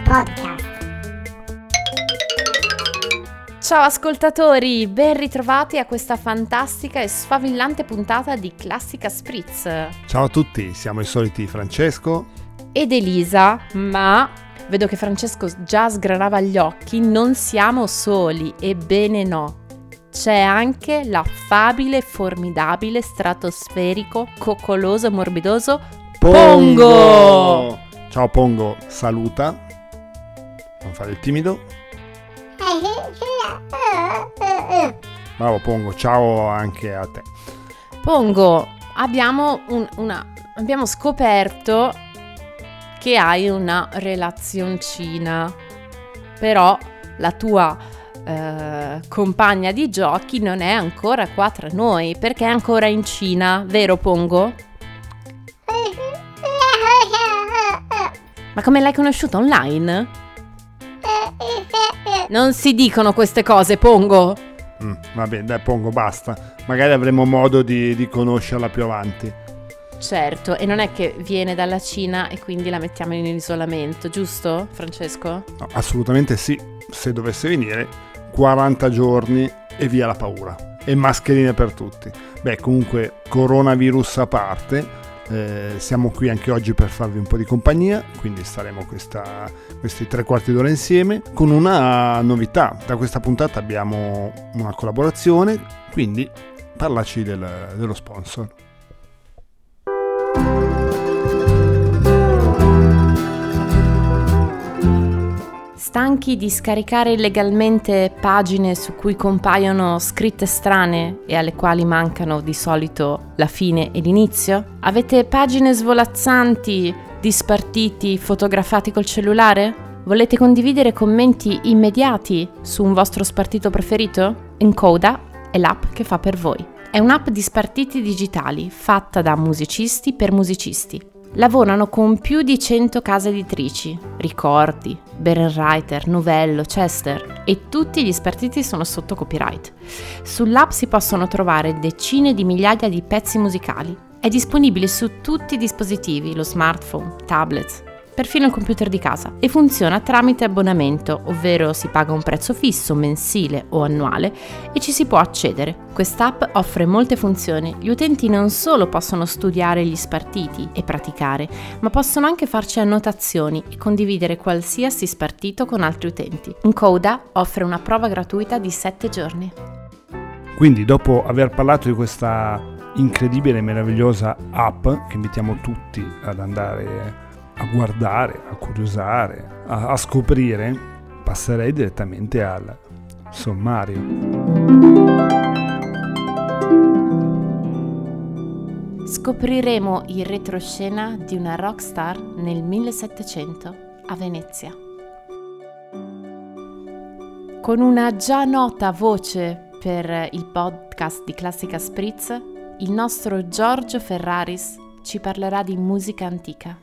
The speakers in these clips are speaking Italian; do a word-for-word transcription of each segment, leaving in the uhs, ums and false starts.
Podcast. Ciao ascoltatori, ben ritrovati a questa fantastica e sfavillante puntata di Classica Spritz. Ciao a tutti, siamo i soliti Francesco ed Elisa, ma vedo che Francesco già sgranava gli occhi, non siamo soli, ebbene no. C'è anche l'affabile, formidabile, stratosferico, coccoloso e morbidoso Pongo! Pongo! Ciao Pongo, saluta. Non fare il timido. Bravo Pongo, ciao anche a te. Pongo, abbiamo, un, una, abbiamo scoperto che hai una relazioncina, però la tua eh, compagna di giochi non è ancora qua tra noi, perché è ancora in Cina, vero Pongo? Ma come l'hai conosciuta online? Non si dicono queste cose, Pongo. Mm, vabbè, dai Pongo, basta. Magari avremo modo di, di conoscerla più avanti. Certo, e non è che viene dalla Cina e quindi la mettiamo in isolamento, giusto, Francesco? No, assolutamente sì. Se dovesse venire, quaranta giorni e via la paura. E mascherine per tutti. Beh, comunque, coronavirus a parte, eh, siamo qui anche oggi per farvi un po' di compagnia, quindi staremo questa, questi tre quarti d'ora insieme con una novità. Da questa puntata abbiamo una collaborazione, quindi parlaci del, dello sponsor. Stanchi di scaricare illegalmente pagine su cui compaiono scritte strane e alle quali mancano di solito la fine e l'inizio? Avete pagine svolazzanti di spartiti fotografati col cellulare? Volete condividere commenti immediati su un vostro spartito preferito? Encoda è l'app che fa per voi. È un'app di spartiti digitali fatta da musicisti per musicisti. Lavorano con più di cento case editrici, Ricordi, Berenreiter, Novello, Chester, e tutti gli spartiti sono sotto copyright. Sull'app si possono trovare decine di migliaia di pezzi musicali. È disponibile su tutti i dispositivi, lo smartphone, tablet, perfino il computer di casa, e funziona tramite abbonamento, ovvero si paga un prezzo fisso mensile o annuale e ci si può accedere. Quest'app offre molte funzioni. Gli utenti non solo possono studiare gli spartiti e praticare, ma possono anche farci annotazioni e condividere qualsiasi spartito con altri utenti. Encoda offre una prova gratuita di sette giorni. Quindi, dopo aver parlato di questa incredibile e meravigliosa app che invitiamo tutti ad andare a guardare, a curiosare, a, a scoprire, passerei direttamente al sommario. Scopriremo il retroscena di una rockstar nel millesettecento a Venezia. Con una già nota voce per il podcast di Classica Spritz, il nostro Giorgio Ferraris ci parlerà di musica antica.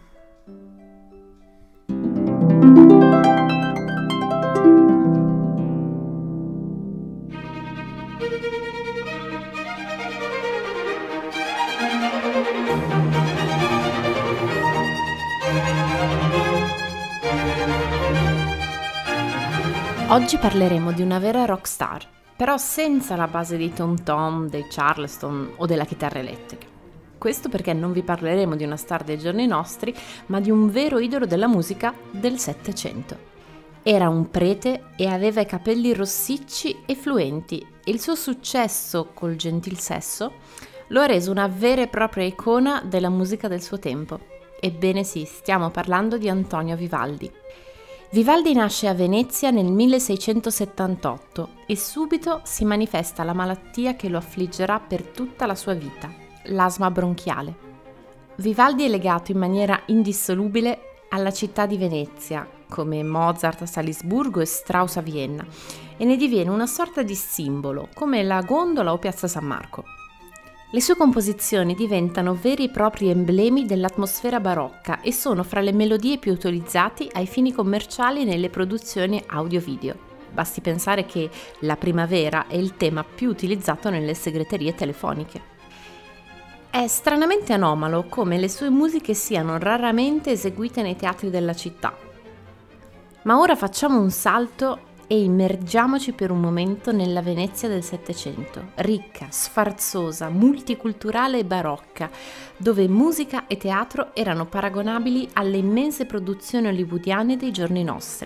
Oggi parleremo di una vera rockstar, però senza la base dei tom tom, dei Charleston o della chitarra elettrica. Questo perché non vi parleremo di una star dei giorni nostri, ma di un vero idolo della musica del Settecento. Era un prete e aveva i capelli rossicci e fluenti, e il suo successo col gentil sesso lo ha reso una vera e propria icona della musica del suo tempo. Ebbene sì, stiamo parlando di Antonio Vivaldi. Vivaldi nasce a Venezia nel milleseicentosettantotto e subito si manifesta la malattia che lo affliggerà per tutta la sua vita, l'asma bronchiale. Vivaldi è legato in maniera indissolubile alla città di Venezia, come Mozart a Salisburgo e Strauss a Vienna, e ne diviene una sorta di simbolo, come la gondola o Piazza San Marco. Le sue composizioni diventano veri e propri emblemi dell'atmosfera barocca e sono fra le melodie più utilizzate ai fini commerciali nelle produzioni audio-video. Basti pensare che la primavera è il tema più utilizzato nelle segreterie telefoniche. È stranamente anomalo come le sue musiche siano raramente eseguite nei teatri della città. Ma ora facciamo un salto e immergiamoci per un momento nella Venezia del Settecento, ricca, sfarzosa, multiculturale e barocca, dove musica e teatro erano paragonabili alle immense produzioni hollywoodiane dei giorni nostri.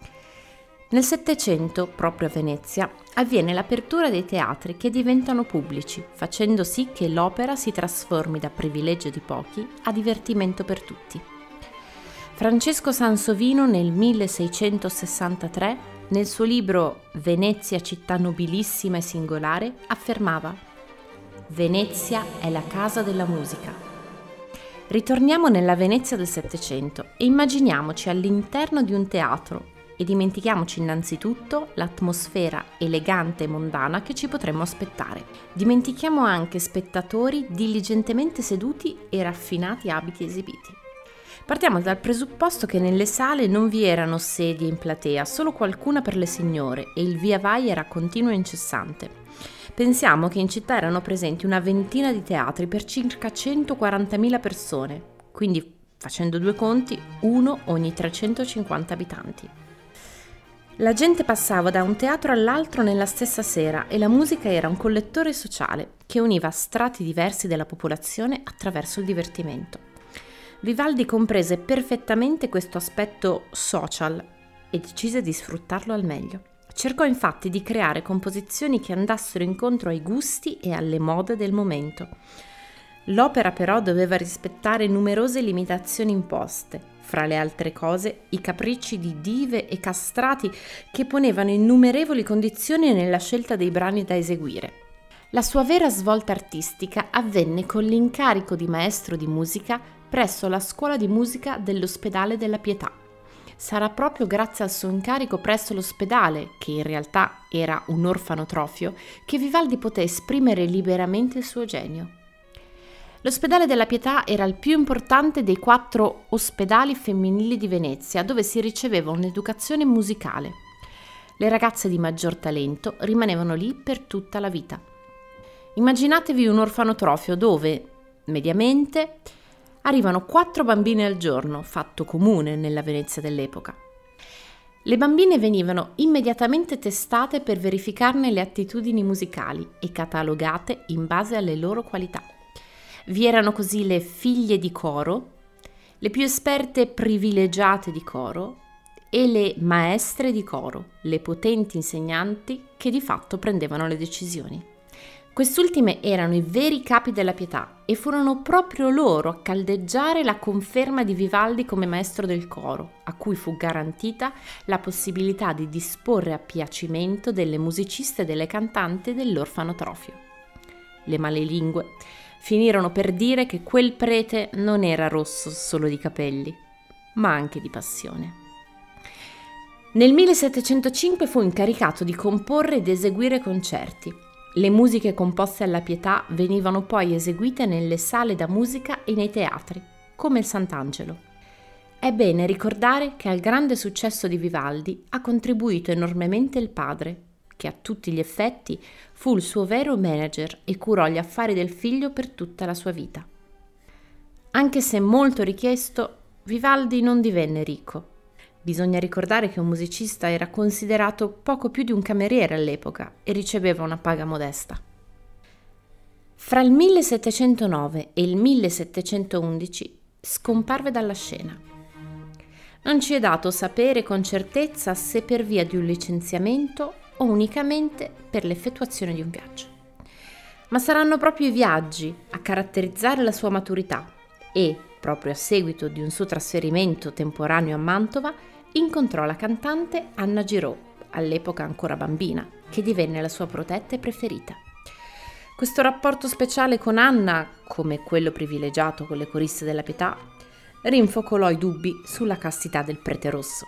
Nel Settecento, proprio a Venezia, avviene l'apertura dei teatri che diventano pubblici, facendo sì che l'opera si trasformi da privilegio di pochi a divertimento per tutti. Francesco Sansovino nel milleseicentosessantatré, nel suo libro Venezia, città nobilissima e singolare, affermava: Venezia è la casa della musica. Ritorniamo nella Venezia del Settecento e immaginiamoci all'interno di un teatro e dimentichiamoci innanzitutto l'atmosfera elegante e mondana che ci potremmo aspettare. Dimentichiamo anche spettatori diligentemente seduti e raffinati abiti esibiti. Partiamo dal presupposto che nelle sale non vi erano sedie in platea, solo qualcuna per le signore, e il via vai era continuo e incessante. Pensiamo che in città erano presenti una ventina di teatri per circa centoquarantamila persone, quindi facendo due conti, uno ogni trecentocinquanta abitanti. La gente passava da un teatro all'altro nella stessa sera e la musica era un collettore sociale che univa strati diversi della popolazione attraverso il divertimento. Vivaldi comprese perfettamente questo aspetto social e decise di sfruttarlo al meglio. Cercò infatti di creare composizioni che andassero incontro ai gusti e alle mode del momento. L'opera però doveva rispettare numerose limitazioni imposte, fra le altre cose i capricci di dive e castrati che ponevano innumerevoli condizioni nella scelta dei brani da eseguire. La sua vera svolta artistica avvenne con l'incarico di maestro di musica presso la scuola di musica dell'Ospedale della Pietà. Sarà proprio grazie al suo incarico presso l'ospedale, che in realtà era un orfanotrofio, che Vivaldi poté esprimere liberamente il suo genio. L'Ospedale della Pietà era il più importante dei quattro ospedali femminili di Venezia, dove si riceveva un'educazione musicale. Le ragazze di maggior talento rimanevano lì per tutta la vita. Immaginatevi un orfanotrofio dove, mediamente, arrivano quattro bambine al giorno, fatto comune nella Venezia dell'epoca. Le bambine venivano immediatamente testate per verificarne le attitudini musicali e catalogate in base alle loro qualità. Vi erano così le figlie di coro, le più esperte privilegiate di coro e le maestre di coro, le potenti insegnanti che di fatto prendevano le decisioni. Quest'ultime erano i veri capi della Pietà e furono proprio loro a caldeggiare la conferma di Vivaldi come maestro del coro, a cui fu garantita la possibilità di disporre a piacimento delle musiciste e delle cantanti dell'orfanotrofio. Le malelingue finirono per dire che quel prete non era rosso solo di capelli, ma anche di passione. Nel millesettecentocinque fu incaricato di comporre ed eseguire concerti. Le musiche composte alla Pietà venivano poi eseguite nelle sale da musica e nei teatri, come il Sant'Angelo. È bene ricordare che al grande successo di Vivaldi ha contribuito enormemente il padre, che a tutti gli effetti fu il suo vero manager e curò gli affari del figlio per tutta la sua vita. Anche se molto richiesto, Vivaldi non divenne ricco. Bisogna ricordare che un musicista era considerato poco più di un cameriere all'epoca e riceveva una paga modesta. Fra il millesettecentonove e il millesettecentoundici scomparve dalla scena. Non ci è dato sapere con certezza se per via di un licenziamento o unicamente per l'effettuazione di un viaggio. Ma saranno proprio i viaggi a caratterizzare la sua maturità e, proprio a seguito di un suo trasferimento temporaneo a Mantova, incontrò la cantante Anna Giraud, all'epoca ancora bambina, che divenne la sua protetta e preferita. Questo rapporto speciale con Anna, come quello privilegiato con le coriste della Pietà, rinfocolò i dubbi sulla castità del prete rosso.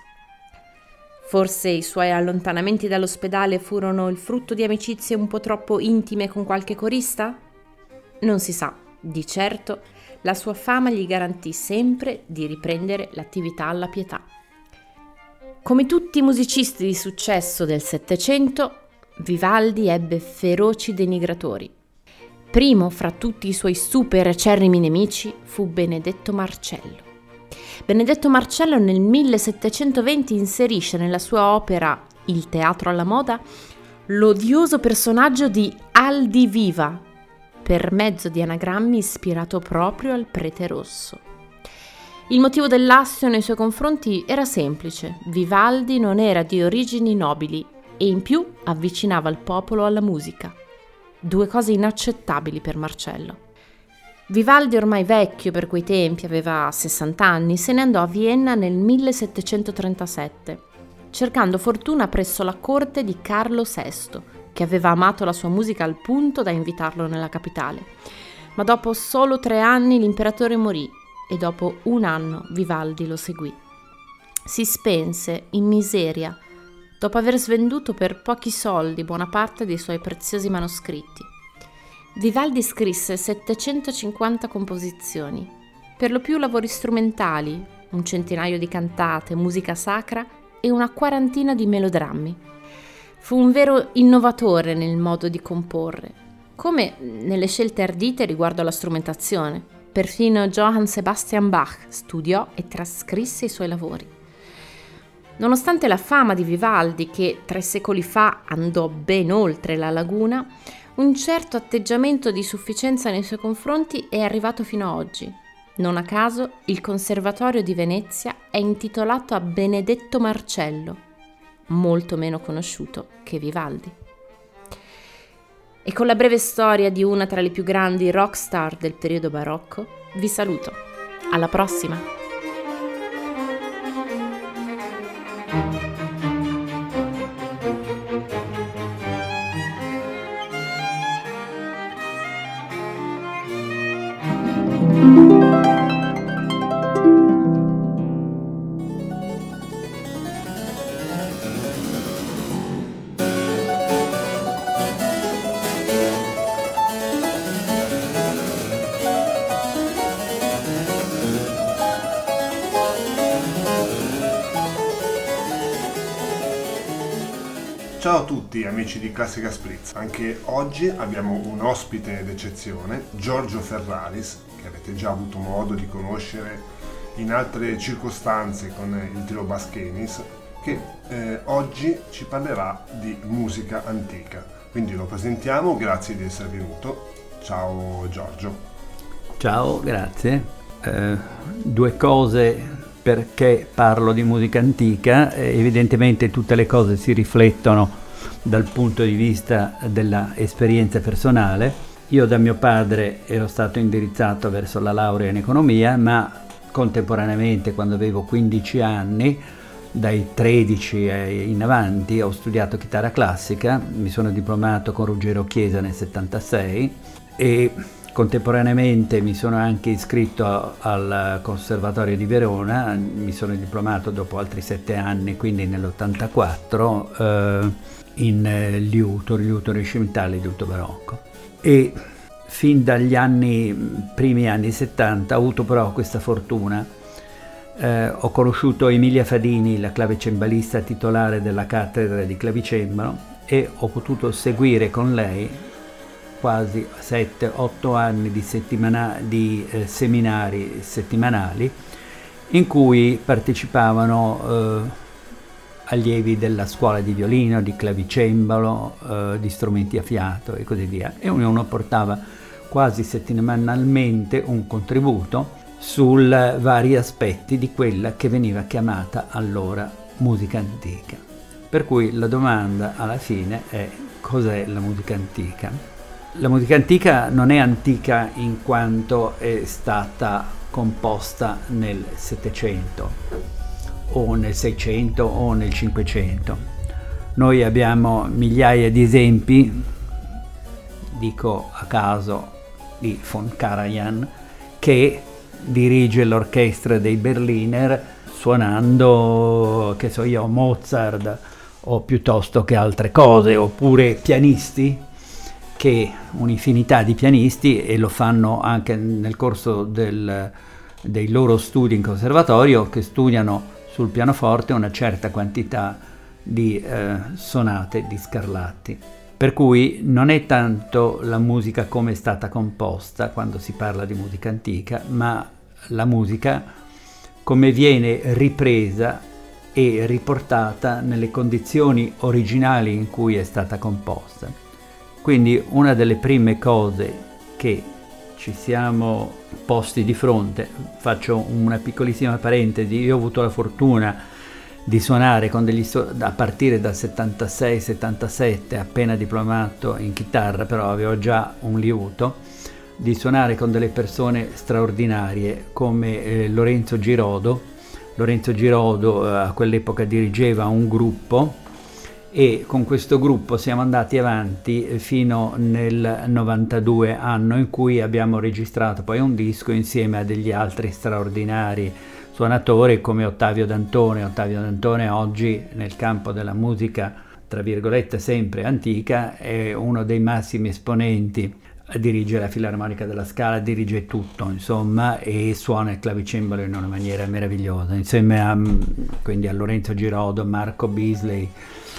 Forse i suoi allontanamenti dall'ospedale furono il frutto di amicizie un po' troppo intime con qualche corista? Non si sa, di certo la sua fama gli garantì sempre di riprendere l'attività alla Pietà. Come tutti i musicisti di successo del Settecento, Vivaldi ebbe feroci denigratori. Primo fra tutti i suoi super acerrimi nemici fu Benedetto Marcello. Benedetto Marcello nel millesettecentoventi inserisce nella sua opera Il teatro alla moda l'odioso personaggio di Aldiviva, per mezzo di anagrammi ispirato proprio al prete rosso. Il motivo dell'astio nei suoi confronti era semplice: Vivaldi non era di origini nobili e in più avvicinava il popolo alla musica. Due cose inaccettabili per Marcello. Vivaldi, ormai vecchio per quei tempi, aveva sessanta anni, se ne andò a Vienna nel millesettecentotrentasette, cercando fortuna presso la corte di Carlo sesto, che aveva amato la sua musica al punto da invitarlo nella capitale. Ma dopo solo tre anni l'imperatore morì e dopo un anno Vivaldi lo seguì. Si spense in miseria dopo aver svenduto per pochi soldi buona parte dei suoi preziosi manoscritti. Vivaldi scrisse settecentocinquanta composizioni, per lo più lavori strumentali, un centinaio di cantate, musica sacra e una quarantina di melodrammi. Fu un vero innovatore nel modo di comporre, come nelle scelte ardite riguardo alla strumentazione. Perfino Johann Sebastian Bach studiò e trascrisse i suoi lavori. Nonostante la fama di Vivaldi, che tre secoli fa andò ben oltre la laguna, un certo atteggiamento di sufficienza nei suoi confronti è arrivato fino ad oggi. Non a caso il Conservatorio di Venezia è intitolato a Benedetto Marcello, molto meno conosciuto che Vivaldi. E con la breve storia di una tra le più grandi rock star del periodo barocco, vi saluto. Alla prossima! Ciao a tutti amici di Classica Spritz, anche oggi abbiamo un ospite d'eccezione, Giorgio Ferraris, che avete già avuto modo di conoscere in altre circostanze con il trio Baschenis, che eh, oggi ci parlerà di musica antica. Quindi lo presentiamo, grazie di essere venuto. Ciao Giorgio. Ciao, grazie. Eh, due cose perché parlo di musica antica. Evidentemente tutte le cose si riflettono dal punto di vista della esperienza personale. Io da mio padre ero stato indirizzato verso la laurea in economia, ma contemporaneamente, quando avevo quindici anni, dai tredici in avanti, ho studiato chitarra classica, mi sono diplomato con Ruggero Chiesa nel settantasei e contemporaneamente mi sono anche iscritto al Conservatorio di Verona, mi sono diplomato dopo altri sette anni, quindi nell'ottantaquattro, eh, in liuto, liuto rinascimentale, liuto barocco. E fin dagli anni, primi anni settanta, ho avuto però questa fortuna. Eh, ho conosciuto Emilia Fadini, la clavicembalista titolare della cattedra di clavicembalo, e ho potuto seguire con lei quasi sette otto anni di, settimana, di eh, seminari settimanali in cui partecipavano eh, allievi della scuola di violino, di clavicembalo, eh, di strumenti a fiato e così via, e ognuno portava quasi settimanalmente un contributo su vari aspetti di quella che veniva chiamata allora musica antica. Per cui la domanda alla fine è: cos'è la musica antica? La musica antica non è antica in quanto è stata composta nel Settecento o nel Seicento o nel Cinquecento. Noi abbiamo migliaia di esempi, dico a caso di von Karajan, che dirige l'orchestra dei Berliner suonando, che so io, Mozart o piuttosto che altre cose, oppure pianisti, che un'infinità di pianisti, e lo fanno anche nel corso del, dei loro studi in conservatorio, che studiano sul pianoforte una certa quantità di eh, sonate di Scarlatti. Per cui non è tanto la musica come è stata composta quando si parla di musica antica, ma la musica come viene ripresa e riportata nelle condizioni originali in cui è stata composta. Quindi una delle prime cose che ci siamo posti di fronte, faccio una piccolissima parentesi, io ho avuto la fortuna di suonare con degli a partire dal settantasei settantasette, appena diplomato in chitarra, però avevo già un liuto, di suonare con delle persone straordinarie come eh, Lorenzo Girodo. Lorenzo Girodo eh, a quell'epoca dirigeva un gruppo e con questo gruppo siamo andati avanti fino nel novantadue, anno in cui abbiamo registrato poi un disco insieme a degli altri straordinari suonatori come Ottavio Dantone. Ottavio Dantone oggi nel campo della musica, tra virgolette sempre antica, è uno dei massimi esponenti, dirige la Filarmonica della Scala, dirige tutto insomma, e suona il clavicembalo in una maniera meravigliosa, insieme a, quindi a Lorenzo Girodo, Marco Beasley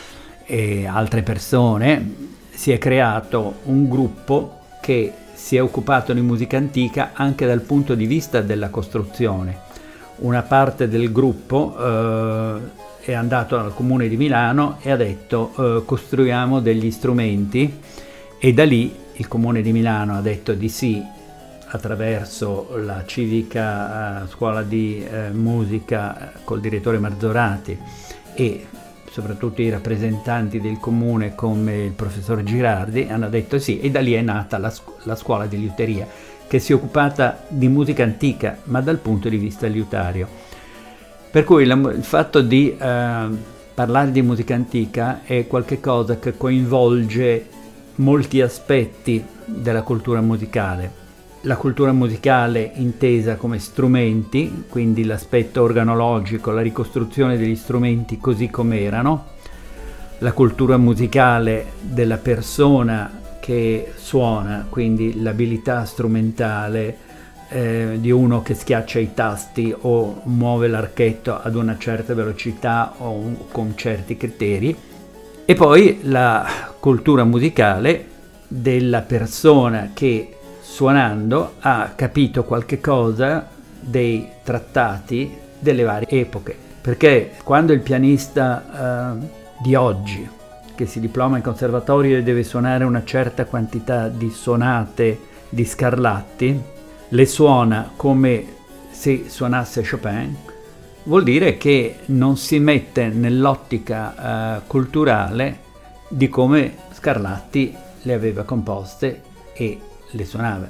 e altre persone. Si è creato un gruppo che si è occupato di musica antica anche dal punto di vista della costruzione. Una parte del gruppo eh, è andato al Comune di Milano e ha detto eh, costruiamo degli strumenti, e da lì il Comune di Milano ha detto di sì attraverso la civica eh, scuola di eh, musica eh, col direttore Marzorati e soprattutto i rappresentanti del comune come il professor Girardi hanno detto sì, e da lì è nata la, la scuola di liuteria, che si è occupata di musica antica ma dal punto di vista liutario. Per cui la, il fatto di eh, parlare di musica antica è qualcosa che coinvolge molti aspetti della cultura musicale. La cultura musicale intesa come strumenti, quindi l'aspetto organologico, la ricostruzione degli strumenti così come erano, la cultura musicale della persona che suona, quindi l'abilità strumentale eh, di uno che schiaccia i tasti o muove l'archetto ad una certa velocità o un, con certi criteri, e poi la cultura musicale della persona che suonando ha capito qualche cosa dei trattati delle varie epoche, perché quando il pianista eh, di oggi che si diploma in conservatorio e deve suonare una certa quantità di sonate di Scarlatti, le suona come se suonasse Chopin, vuol dire che non si mette nell'ottica eh, culturale di come Scarlatti le aveva composte e le suonava.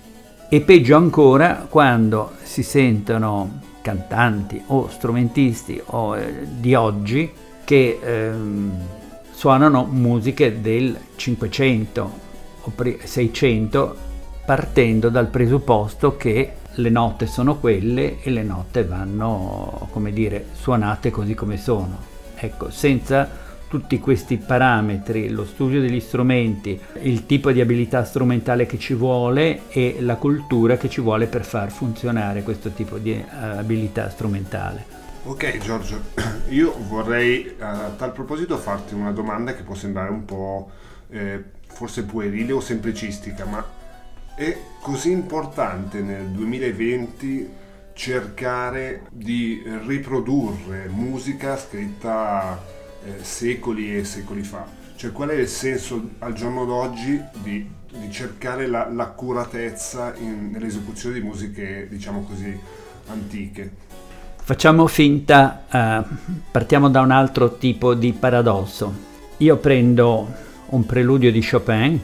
E peggio ancora quando si sentono cantanti o strumentisti o, eh, di oggi che ehm, suonano musiche del cinquecento o seicento, partendo dal presupposto che le note sono quelle e le note vanno, come dire, suonate così come sono. Ecco, senza tutti questi parametri, lo studio degli strumenti, il tipo di abilità strumentale che ci vuole e la cultura che ci vuole per far funzionare questo tipo di abilità strumentale. Ok Giorgio, io vorrei a tal proposito farti una domanda che può sembrare un po' eh, forse puerile o semplicistica, ma è così importante nel duemilaventi cercare di riprodurre musica scritta eh, secoli e secoli fa? Cioè, qual è il senso al giorno d'oggi di, di cercare la, l'accuratezza in, nell'esecuzione di musiche, diciamo così, antiche? Facciamo finta, uh, partiamo da un altro tipo di paradosso. Io prendo un preludio di Chopin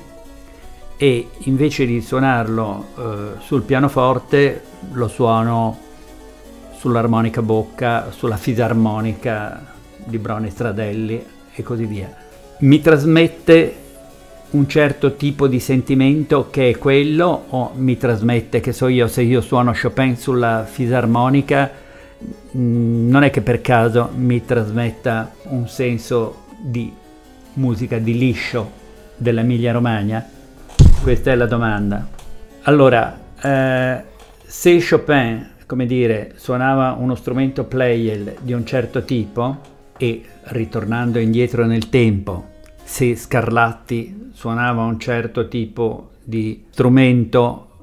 e invece di suonarlo uh, sul pianoforte lo suono sull'armonica bocca, sulla fisarmonica di Broni Stradelli e così via. Mi trasmette un certo tipo di sentimento che è quello, o mi trasmette, che so io, se io suono Chopin sulla fisarmonica, non è che per caso mi trasmetta un senso di musica di liscio dell'Emilia Romagna? Questa è la domanda. Allora, eh, se Chopin, come dire, suonava uno strumento Pleyel di un certo tipo, e ritornando indietro nel tempo, se Scarlatti suonava un certo tipo di strumento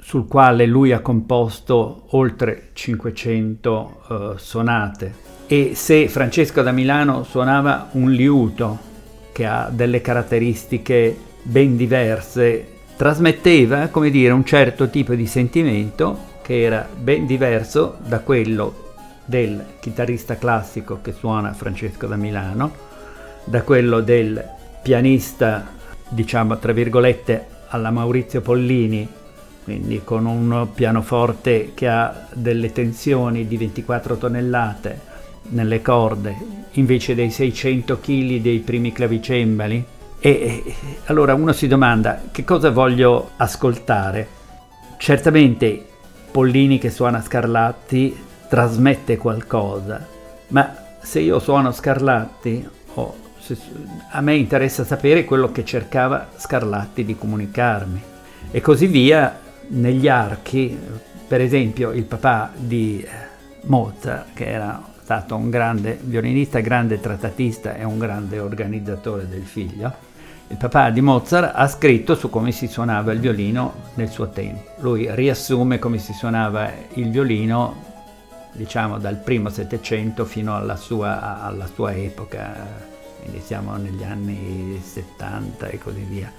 sul quale lui ha composto oltre cinquecento uh, sonate. E se Francesco da Milano suonava un liuto che ha delle caratteristiche ben diverse, trasmetteva, come dire, un certo tipo di sentimento che era ben diverso da quello del chitarrista classico che suona Francesco da Milano, da quello del pianista, diciamo tra virgolette, alla Maurizio Pollini, quindi con un pianoforte che ha delle tensioni di ventiquattro tonnellate nelle corde, invece dei seicento chili dei primi clavicembali. E, e allora uno si domanda: che cosa voglio ascoltare? Certamente Pollini che suona Scarlatti trasmette qualcosa, ma se io suono Scarlatti, oh, se, a me interessa sapere quello che cercava Scarlatti di comunicarmi. E così via negli archi. Per esempio il papà di Mozart, che era stato un grande violinista, grande trattatista e un grande organizzatore del figlio, il papà di Mozart ha scritto su come si suonava il violino nel suo tempo. Lui riassume come si suonava il violino, diciamo dal primo Settecento fino alla sua, alla sua epoca, quindi siamo negli anni settanta e così via.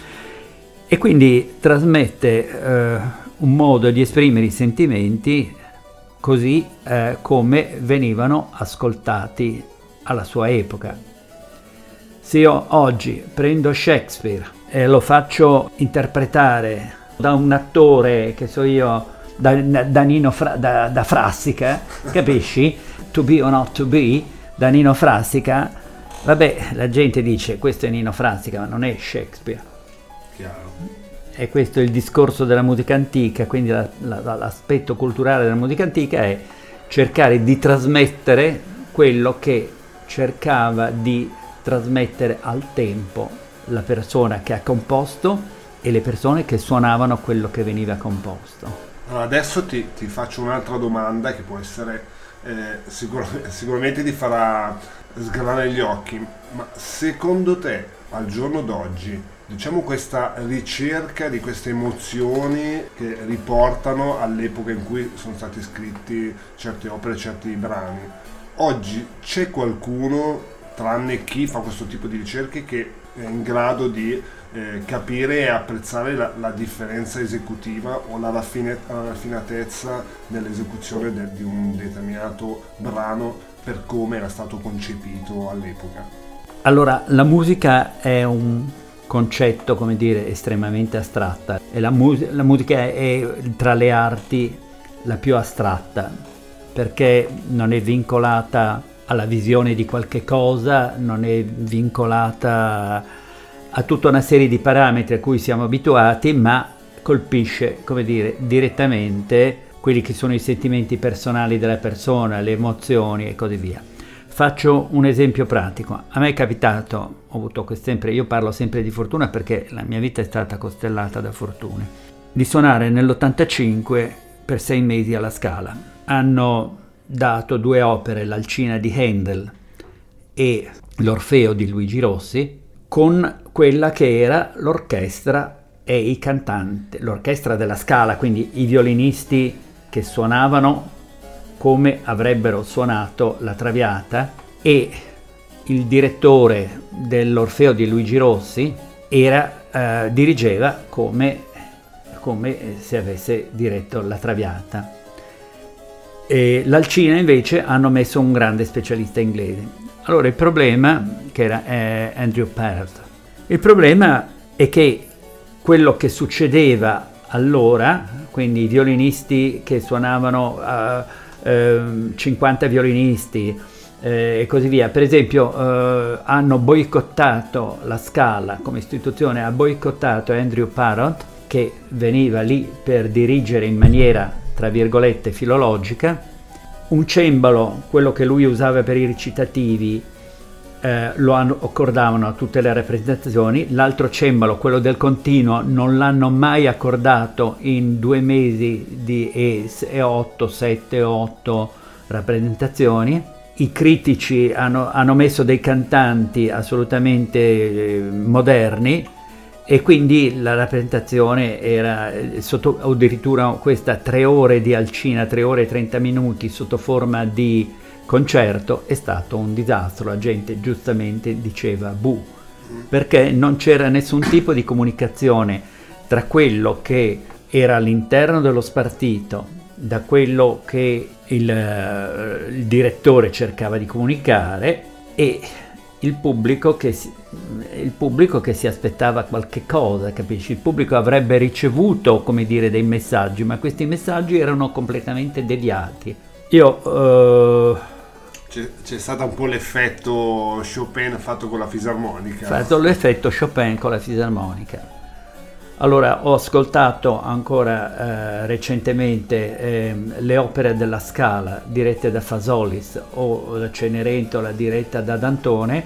E quindi trasmette eh, un modo di esprimere i sentimenti così eh, come venivano ascoltati alla sua epoca. Se io oggi prendo Shakespeare e lo faccio interpretare da un attore, che so io, da, da Nino Fra, da, da Frassica, capisci? To be or not to be, da Nino Frassica, vabbè, la gente dice questo è Nino Frassica, ma non è Shakespeare. Chiaro. E questo è il discorso della musica antica, quindi la, la, l'aspetto culturale della musica antica è cercare di trasmettere quello che cercava di trasmettere al tempo la persona che ha composto e le persone che suonavano quello che veniva composto. Allora, adesso ti, ti faccio un'altra domanda che può essere eh, sicur- sicuramente ti farà sgranare gli occhi, ma secondo te al giorno d'oggi, diciamo, questa ricerca di queste emozioni che riportano all'epoca in cui sono stati scritti certe opere, certi brani, oggi c'è qualcuno, tranne chi fa questo tipo di ricerche, che è in grado di eh, capire e apprezzare la, la differenza esecutiva o la, raffine, la raffinatezza nell'esecuzione de, di un determinato brano per come era stato concepito all'epoca? Allora, la musica è un concetto, come dire, estremamente astratta, e la, mus- la musica è tra le arti la più astratta, perché non è vincolata alla visione di qualche cosa, non è vincolata a tutta una serie di parametri a cui siamo abituati, ma colpisce, come dire, direttamente quelli che sono i sentimenti personali della persona, le emozioni e così via. Faccio un esempio pratico. A me è capitato, ho avuto sempre, io parlo sempre di fortuna perché la mia vita è stata costellata da fortune, di suonare nell'ottantacinque per sei mesi alla Scala. Hanno dato due opere, l'Alcina di Handel e l'Orfeo di Luigi Rossi, con quella che era l'orchestra e i cantanti, l'orchestra della Scala, quindi i violinisti che suonavano come avrebbero suonato la Traviata, e il direttore dell'Orfeo di Luigi Rossi era, eh, dirigeva come, come se avesse diretto la Traviata. E l'Alcina invece hanno messo un grande specialista inglese. Allora il problema, che era eh, Andrew Parrott, il problema è che quello che succedeva allora, quindi i violinisti che suonavano uh, uh, cinquanta violinisti eh, e così via, per esempio uh, hanno boicottato la Scala come istituzione, ha boicottato Andrew Parrott, che veniva lì per dirigere in maniera, tra virgolette, filologica. Un cembalo, quello che lui usava per i recitativi, eh, lo accordavano a tutte le rappresentazioni, l'altro cembalo, quello del continuo, non l'hanno mai accordato in due mesi di e, e otto, sette o otto rappresentazioni. I critici hanno, hanno messo dei cantanti assolutamente eh, moderni, E quindi la rappresentazione era sotto, addirittura questa tre ore di Alcina, tre ore e trenta minuti sotto forma di concerto, è stato un disastro. La gente giustamente diceva buh, perché non c'era nessun tipo di comunicazione tra quello che era all'interno dello spartito, da quello che il, il direttore cercava di comunicare, e il pubblico che si, il pubblico che si aspettava qualche cosa, capisci? Il pubblico avrebbe ricevuto, come dire, dei messaggi, ma questi messaggi erano completamente deviati. Io uh, c'è, c'è stato un po' l'effetto Chopin fatto con la fisarmonica. Fatto l'effetto Chopin con la fisarmonica. Allora, ho ascoltato ancora eh, recentemente eh, le opere della Scala dirette da Fasolis o la Cenerentola diretta da Dantone.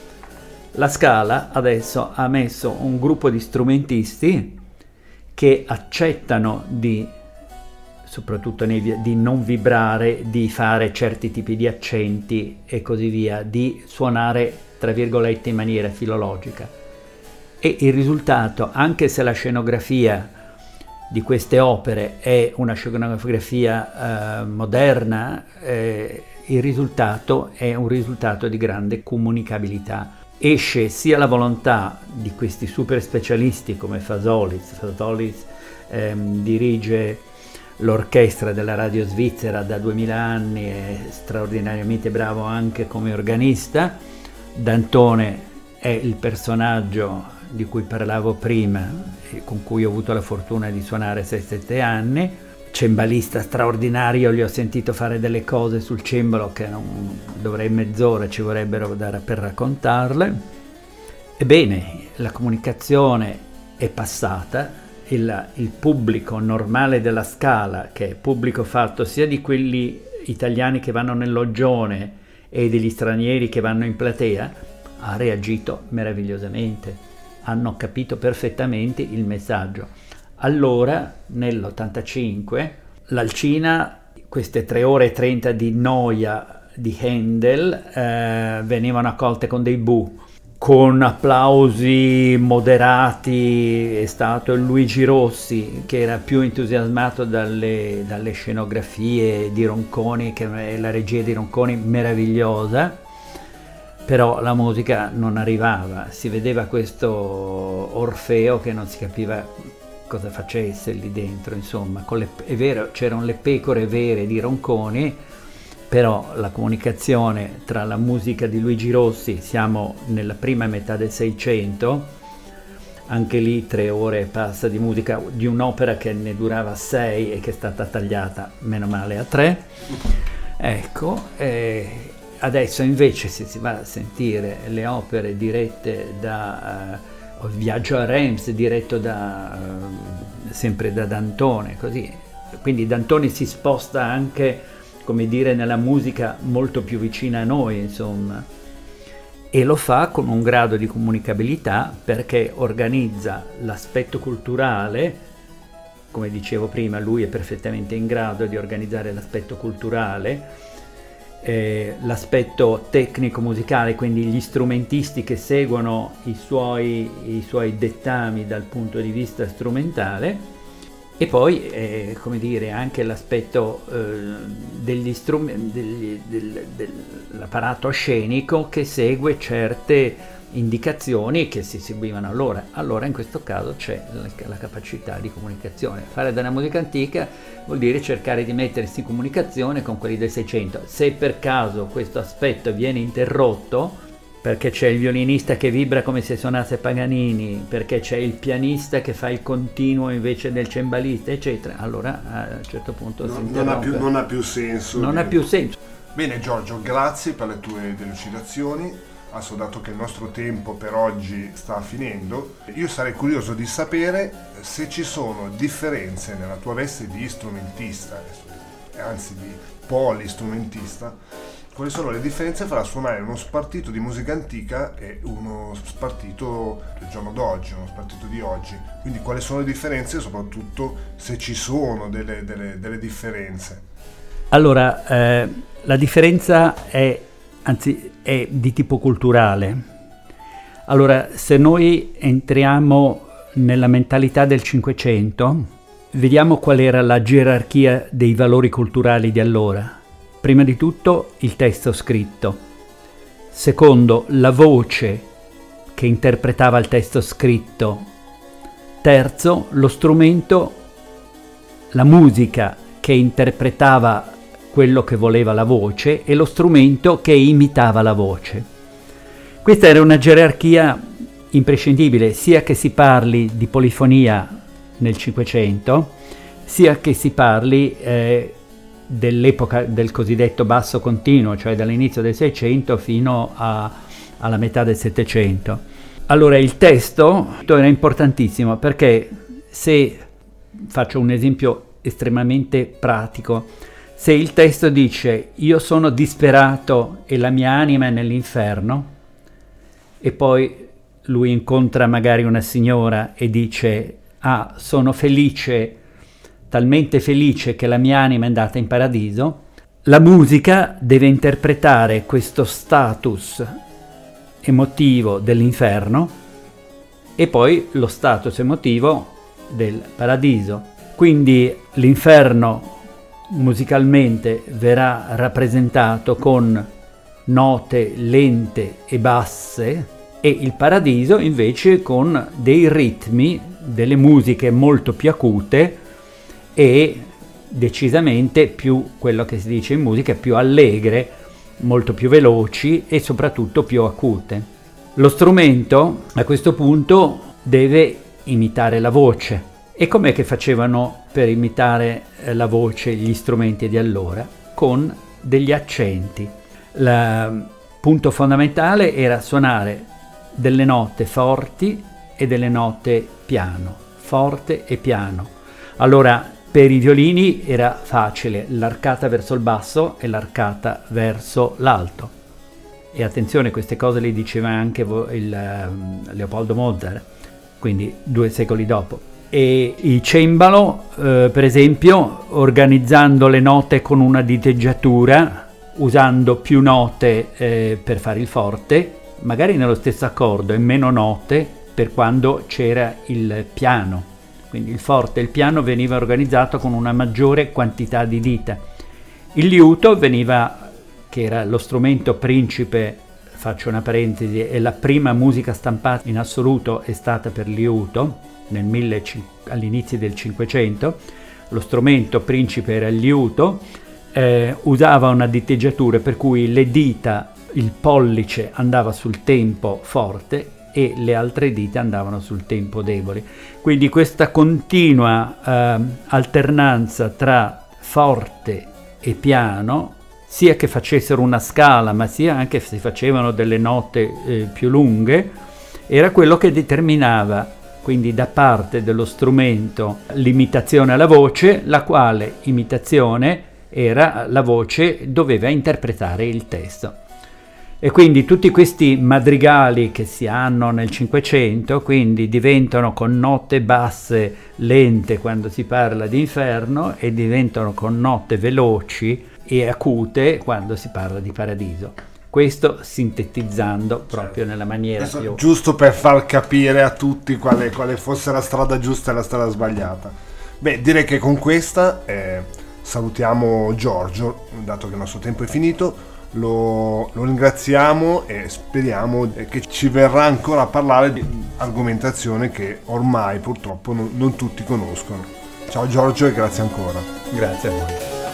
La Scala adesso ha messo un gruppo di strumentisti che accettano di, soprattutto nei, di non vibrare, di fare certi tipi di accenti e così via, di suonare, tra virgolette, in maniera filologica. E il risultato, anche se la scenografia di queste opere è una scenografia eh, moderna, eh, il risultato è un risultato di grande comunicabilità. Esce sia la volontà di questi super specialisti come Fasolis, Fasolis ehm, dirige l'orchestra della radio svizzera da duemila anni, è straordinariamente bravo anche come organista. Dantone è il personaggio di cui parlavo prima e con cui ho avuto la fortuna di suonare sei sette anni, cembalista straordinario, gli ho sentito fare delle cose sul cembalo che non dovrei mezz'ora ci vorrebbero da, per raccontarle. Ebbene, la comunicazione è passata, il, il pubblico normale della Scala, che è pubblico fatto sia di quelli italiani che vanno nel loggione e degli stranieri che vanno in platea, ha reagito meravigliosamente. Hanno capito perfettamente il messaggio. Allora, nell'ottantacinque, l'Alcina, queste tre ore e trenta di noia di Handel, eh, venivano accolte con dei bu, con applausi moderati. È stato Luigi Rossi che era più entusiasmato dalle, dalle scenografie di Ronconi, che è la regia di Ronconi meravigliosa. Però la musica non arrivava, si vedeva questo Orfeo che non si capiva cosa facesse lì dentro, insomma. Con le, è vero, c'erano le pecore vere di Ronconi, però la comunicazione tra la musica di Luigi Rossi, siamo nella prima metà del Seicento, anche lì tre ore e passa di musica di un'opera che ne durava sei e che è stata tagliata, meno male, a tre. Ecco, eh, adesso invece se si va a sentire le opere dirette da uh, Viaggio a Reims, diretto da uh, sempre da Dantone, così. Quindi Dantone si sposta anche, come dire, nella musica molto più vicina a noi, insomma, e lo fa con un grado di comunicabilità perché organizza l'aspetto culturale. Come dicevo prima, lui è perfettamente in grado di organizzare l'aspetto culturale, Eh, l'aspetto tecnico-musicale, quindi gli strumentisti che seguono i suoi, i suoi dettami dal punto di vista strumentale, e poi eh, come dire, anche l'aspetto eh, degli strumenti, degli, del, dell'apparato scenico che segue certe indicazioni che si seguivano allora. Allora in questo caso c'è la, la capacità di comunicazione. Fare della musica antica vuol dire cercare di mettersi in comunicazione con quelli del Seicento. Se per caso questo aspetto viene interrotto, perché c'è il violinista che vibra come se suonasse Paganini, perché c'è il pianista che fa il continuo invece del cembalista, eccetera, allora a un certo punto no, si non ha, più, non ha più senso. Non ha più senso. Bene Giorgio, grazie per le tue delucidazioni. Adesso, dato che il nostro tempo per oggi sta finendo, io sarei curioso di sapere se ci sono differenze nella tua veste di strumentista, anzi di polistrumentista, quali sono le differenze fra suonare uno spartito di musica antica e uno spartito del giorno d'oggi, uno spartito di oggi. Quindi quali sono le differenze e soprattutto se ci sono delle, delle, delle differenze. Allora, eh, la differenza è anzi è di tipo culturale. Allora, se noi entriamo nella mentalità del Cinquecento, vediamo qual era la gerarchia dei valori culturali di allora. Prima di tutto il testo scritto, secondo la voce che interpretava il testo scritto, terzo lo strumento, la musica che interpretava quello che voleva la voce e lo strumento che imitava la voce. Questa era una gerarchia imprescindibile, sia che si parli di polifonia nel Cinquecento, sia che si parli eh, dell'epoca del cosiddetto basso continuo, cioè dall'inizio del Seicento fino a, alla metà del Settecento. Allora il testo era importantissimo perché, se faccio un esempio estremamente pratico, se il testo dice io sono disperato e la mia anima è nell'inferno, e poi lui incontra magari una signora e dice ah, sono felice, talmente felice che la mia anima è andata in paradiso, la musica deve interpretare questo status emotivo dell'inferno e poi lo status emotivo del paradiso. Quindi l'inferno musicalmente verrà rappresentato con note lente e basse, e il paradiso invece con dei ritmi, delle musiche molto più acute e decisamente più, quello che si dice in musica, più allegre, molto più veloci e soprattutto più acute. Lo strumento a questo punto deve imitare la voce. E com'è che facevano per imitare la voce gli strumenti di allora? Con degli accenti. Il punto fondamentale era suonare delle note forti e delle note piano, forte e piano. Allora per i violini era facile l'arcata verso il basso e l'arcata verso l'alto. E attenzione, queste cose le diceva anche il Leopoldo Mozart, quindi due secoli dopo. E il cembalo, eh, per esempio, organizzando le note con una diteggiatura, usando più note eh, per fare il forte, magari nello stesso accordo e meno note per quando c'era il piano. Quindi il forte e il piano veniva organizzato con una maggiore quantità di dita. Il liuto veniva, che era lo strumento principe, faccio una parentesi, e la prima musica stampata in assoluto è stata per liuto, nel mille, all'inizio del Cinquecento. Lo strumento principe era il liuto, eh, usava una diteggiatura per cui le dita, il pollice andava sul tempo forte e le altre dita andavano sul tempo debole. Quindi questa continua eh, alternanza tra forte e piano, sia che facessero una scala, ma sia anche se facevano delle note eh, più lunghe, era quello che determinava quindi da parte dello strumento l'imitazione alla voce, la quale imitazione era la voce doveva interpretare il testo. E quindi tutti questi madrigali che si hanno nel Cinquecento quindi diventano con note basse lente quando si parla di inferno e diventano con note veloci e acute quando si parla di paradiso. Questo sintetizzando proprio certo. Nella maniera Adesso, più... giusto per far capire a tutti quale, quale fosse la strada giusta e la strada sbagliata. Beh, direi che con questa eh, salutiamo Giorgio, dato che il nostro tempo è finito. Lo, lo ringraziamo e speriamo che ci verrà ancora a parlare di argomentazione che ormai purtroppo non, non tutti conoscono. Ciao Giorgio e grazie ancora. Grazie a voi.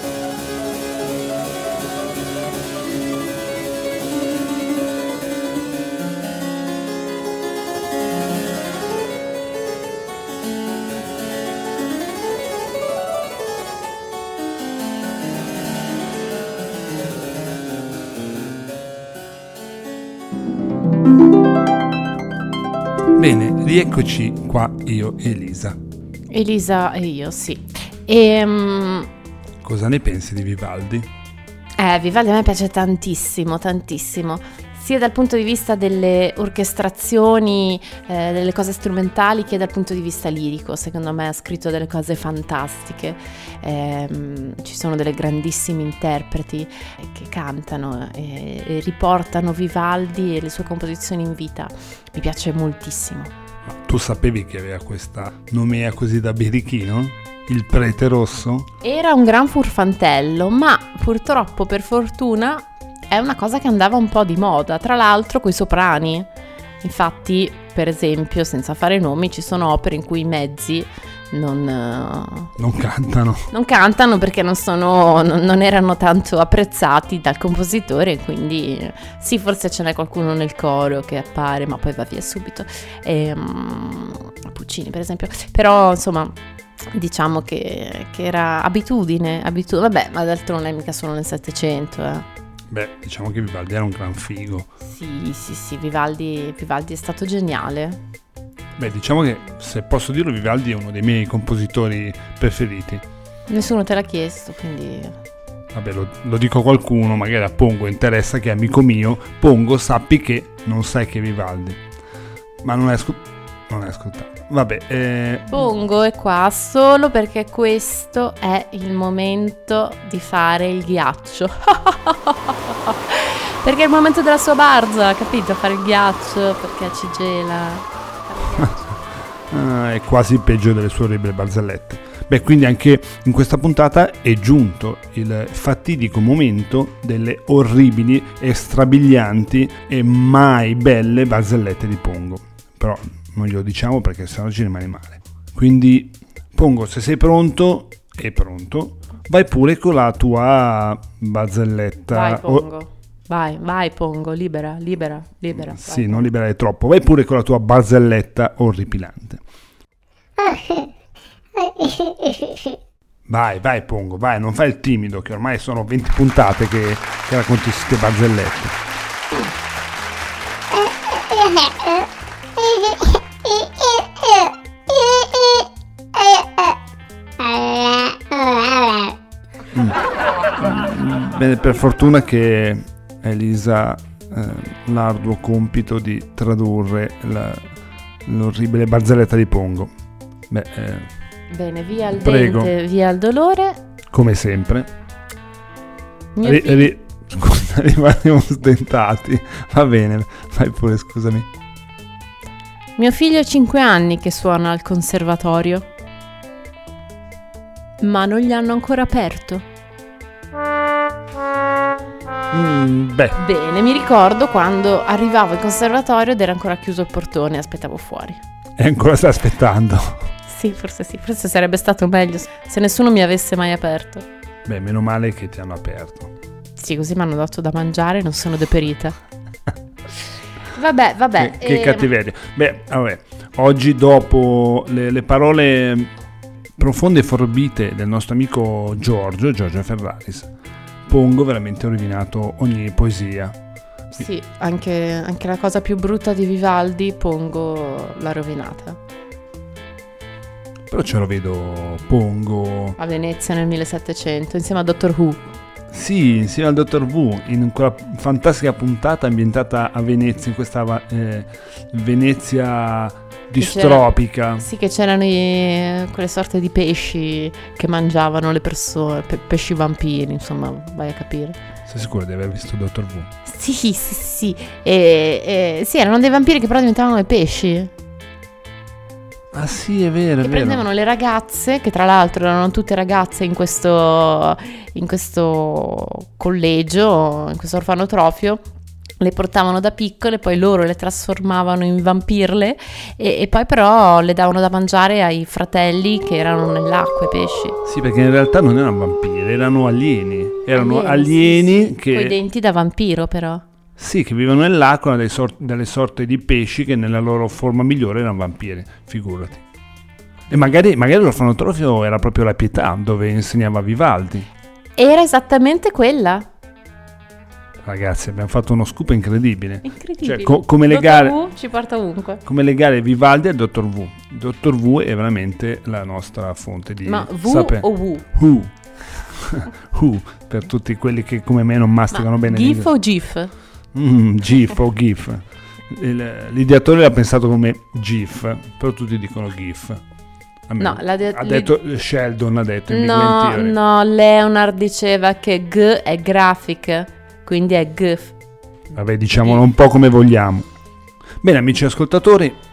Bene, rieccoci qua io e Elisa. Elisa e io, sì. E, um, cosa ne pensi di Vivaldi? Eh, Vivaldi a me piace tantissimo, tantissimo, sia dal punto di vista delle orchestrazioni, eh, delle cose strumentali, che dal punto di vista lirico. Secondo me ha scritto delle cose fantastiche, eh, ci sono delle grandissimi interpreti che cantano e, e riportano Vivaldi e le sue composizioni in vita. Mi piace moltissimo. tu sapevi che aveva questa nomea così da birichino? Il prete rosso? Era un gran furfantello, ma purtroppo, per fortuna, è una cosa che andava un po' di moda, tra l'altro coi soprani. Infatti, per esempio, senza fare nomi, ci sono opere in cui i mezzi non, non cantano. Non cantano perché non, sono, non, non erano tanto apprezzati dal compositore, quindi sì, forse ce n'è qualcuno nel coro che appare, ma poi va via subito. E, um, Puccini, per esempio. Però, insomma, diciamo che, che era abitudine, abitudine. Vabbè, ma d'altronde non è mica solo nel Settecento, eh. Beh, diciamo che Vivaldi era un gran figo. Sì, sì, sì, Vivaldi, Vivaldi è stato geniale. Beh, diciamo che, se posso dirlo, Vivaldi è uno dei miei compositori preferiti. Nessuno te l'ha chiesto, quindi... Vabbè, lo, lo dico a qualcuno, magari a Pongo interessa, che è amico mio. Pongo, sappi che non sai che è Vivaldi. Ma non hai ascol- non hai ascoltato. Vabbè, eh... Pongo è qua solo perché questo è il momento di fare il ghiaccio. Perché è il momento della sua barza, capito? Fare il ghiaccio perché ci gela. ah, è quasi peggio delle sue orribili barzellette. Beh, quindi anche in questa puntata è giunto il fatidico momento delle orribili e strabilianti e mai belle barzellette di Pongo. Però non glielo diciamo perché sennò ci rimane male. Quindi, Pongo, se sei pronto, è pronto, vai pure con la tua barzelletta. Vai, Pongo. O- vai, vai, Pongo, libera, libera, libera. Sì, vai, non liberare troppo. Vai pure con la tua barzelletta orripilante. Vai, vai, Pongo, vai, non fai il timido, che ormai sono venti puntate che, che racconti queste barzellette. Mm. Bene, per fortuna che Elisa eh, l'arduo compito di tradurre la, l'orribile barzelletta di Pongo. Beh, eh, bene, via il prego. dente, via il dolore. Come sempre. Mio Ri, figlio... ri, scusa, rimaniamo sdentati. Va bene, vai pure, scusami. Mio figlio ha cinque anni che suona al conservatorio, ma non gli hanno ancora aperto. Mm, beh. Bene, mi ricordo quando arrivavo al conservatorio ed era ancora chiuso il portone e aspettavo fuori. E ancora stai aspettando? Sì, forse sì, forse sarebbe stato meglio se nessuno mi avesse mai aperto. Beh, meno male che ti hanno aperto. Sì, così mi hanno dato da mangiare e non sono deperita. Vabbè, vabbè. Che, che ehm... cattiveria. Beh, vabbè, oggi dopo le, le parole profonde e forbite del nostro amico Giorgio, Giorgio Ferraris, Pongo veramente ho rovinato ogni poesia. Sì, anche, anche la cosa più brutta di Vivaldi, Pongo l'ha rovinata. Però ce lo vedo Pongo A Venezia nel millesettecento, insieme a Doctor Who. Sì, insieme al Doctor Who, in quella fantastica puntata ambientata a Venezia, in questa eh, Venezia distropica. Sì, che c'erano i, quelle sorte di pesci che mangiavano le persone, pe- pesci vampiri, insomma, vai a capire. Sei sicuro di aver visto Doctor Who? Sì, sì, sì. E, e, sì, erano dei vampiri che però diventavano dei pesci. Ah sì, è vero, è che vero. Prendevano le ragazze, che tra l'altro erano tutte ragazze in questo, in questo collegio, in questo orfanotrofio, le portavano da piccole, poi loro le trasformavano in vampirle e, e poi però le davano da mangiare ai fratelli che erano nell'acqua, i pesci. Sì, perché in realtà non erano vampiri, erano alieni. Erano alieni, alieni sì, sì. che... Coi denti da vampiro però. Sì, che vivono nell'acqua, delle, sor- delle sorte di pesci che nella loro forma migliore erano vampiri, figurati. E magari, magari l'orfanotrofio era proprio la Pietà, dove insegnava Vivaldi. Era esattamente quella. Ragazzi, abbiamo fatto uno scoop incredibile. Incredibile. Cioè, co- come, legare, Doctor Who ci porta ovunque. come legare Vivaldi al Doctor Who. Doctor Who è veramente la nostra fonte di Ma V sapere. o Who? Who. Who, per tutti quelli che come me non masticano Ma bene GIF o GIF? Mm, GIF o GIF. Il, l'ideatore l'ha pensato come GIF, però tutti dicono GIF. No, l'ha de- ha detto Sheldon, ha detto in no, no, Leonard diceva che G è graphic, quindi è GIF. Vabbè, diciamolo un po' come vogliamo. Bene, amici ascoltatori,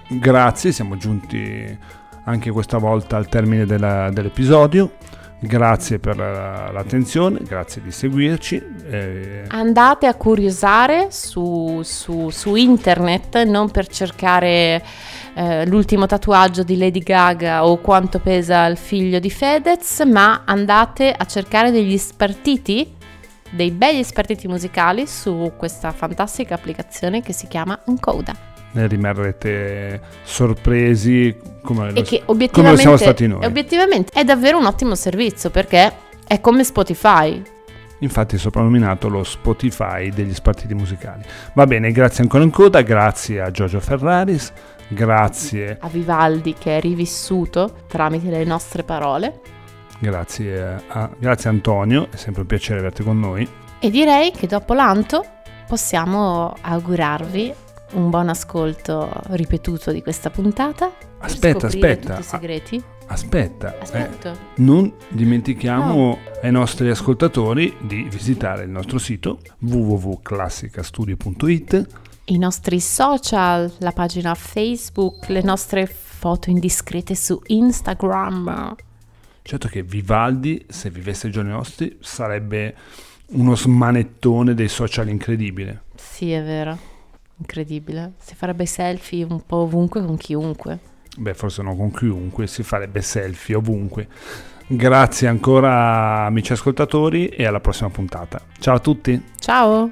grazie, siamo giunti anche questa volta al termine della, dell'episodio. Grazie per la, l'attenzione, grazie di seguirci. Eh... Andate a curiosare su, su, su internet, non per cercare eh, l'ultimo tatuaggio di Lady Gaga o quanto pesa il figlio di Fedez, ma andate a cercare degli spartiti, dei begli spartiti musicali su questa fantastica applicazione che si chiama Encoda. Ne rimarrete sorpresi come, E che come lo obiettivamente, siamo stati noi. obiettivamente è davvero un ottimo servizio, perché è come Spotify. Infatti è soprannominato lo Spotify degli spartiti musicali. Va bene, grazie ancora in coda, grazie a Giorgio Ferraris, grazie A Vivaldi che è rivissuto tramite le nostre parole. Grazie a, grazie Antonio, è sempre un piacere averti con noi. E direi che dopo l'anto possiamo augurarvi un buon ascolto ripetuto di questa puntata. Aspetta, per scoprire aspetta. tutti i segreti. Aspetta, Aspetto. eh, non dimentichiamo No. ai nostri ascoltatori di visitare il nostro sito w w w punto classicastudio punto i t, I nostri social, la pagina Facebook, le nostre foto indiscrete su Instagram. Certo che Vivaldi, se vivesse ai giorni nostri, sarebbe uno smanettone dei social incredibile. Sì, è vero. Incredibile. Si farebbe selfie un po' ovunque con chiunque. Beh, forse non con chiunque, si farebbe selfie ovunque. Grazie ancora amici ascoltatori e alla prossima puntata. Ciao a tutti. Ciao!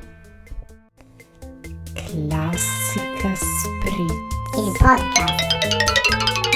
Classica Spritz. Il podcast.